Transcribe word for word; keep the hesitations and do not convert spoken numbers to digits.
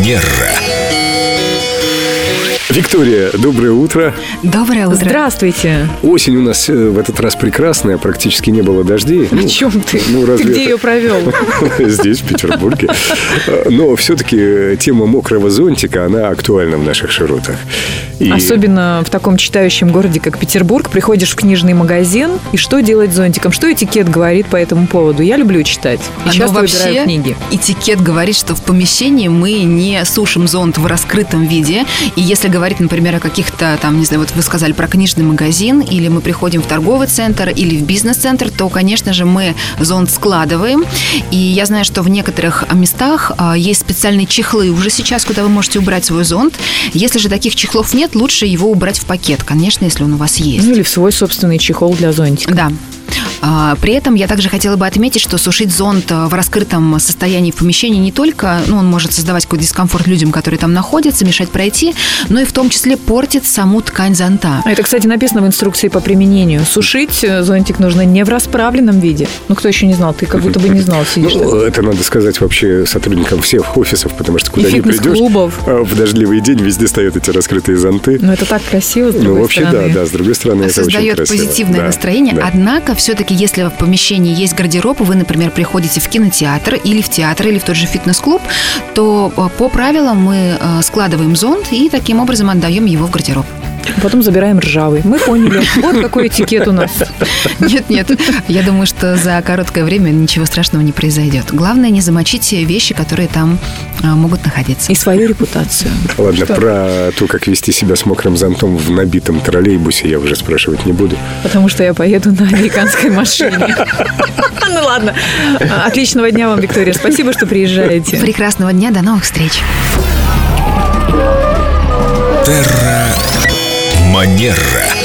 Манера. Виктория, доброе утро. Доброе утро. Здравствуйте. Осень у нас в этот раз прекрасная, практически не было дождей. О ну, чем ты? Ну, ты где это... ее провел? Здесь, в Петербурге. Но все-таки тема мокрого зонтика, она актуальна в наших широтах. И... Особенно в таком читающем городе, как Петербург. Приходишь в книжный магазин, и что делать с зонтиком? Что этикет говорит по этому поводу? Я люблю читать. И часто вообще выбираю книги. Этикет говорит, что в помещении мы не сушим зонт в раскрытом виде. И если говорить, например, о каких-то, там, не знаю, вот вы сказали про книжный магазин, или мы приходим в торговый центр, или в бизнес-центр, то, конечно же, мы зонт складываем. И я знаю, что в некоторых местах есть специальные чехлы уже сейчас, куда вы можете убрать свой зонт. Если же таких чехлов нет, лучше его убрать в пакет, конечно, если он у вас есть. Ну, или в свой собственный чехол для зонтика. Да. При этом я также хотела бы отметить, что сушить зонт в раскрытом состоянии в помещении не только, ну, он может создавать какой-то дискомфорт людям, которые там находятся, мешать пройти, но и в том числе портит саму ткань зонта. Это, кстати, написано в инструкции по применению. Сушить зонтик нужно не в расправленном виде. Ну, кто еще не знал? Ты как будто бы не знал. Сидишь. Ну, это надо сказать вообще сотрудникам всех офисов, потому что куда ни придешь, в дождливый день везде стоят эти раскрытые зонты. Ну, это так красиво, с другой ну, вообще, стороны. да, да, с другой стороны, это очень красиво. Создает позитивное да, настроение, да. Однако все-таки, если в помещении есть гардероб, вы, например, приходите в кинотеатр или в театр, или в тот же фитнес-клуб, то по правилам мы складываем зонт и таким образом отдаем его в гардероб. Потом забираем ржавый. Мы поняли. Вот какой этикет у нас. Нет, нет. Я думаю, что за короткое время ничего страшного не произойдет. Главное, не замочить вещи, которые там могут находиться. И свою репутацию. Ладно, что? Про то, как вести себя с мокрым зонтом в набитом троллейбусе, я уже спрашивать не буду. Потому что я поеду на американской машине. Ну ладно. Отличного дня вам, Виктория. Спасибо, что приезжаете. Прекрасного дня. До новых встреч. Терра Манера.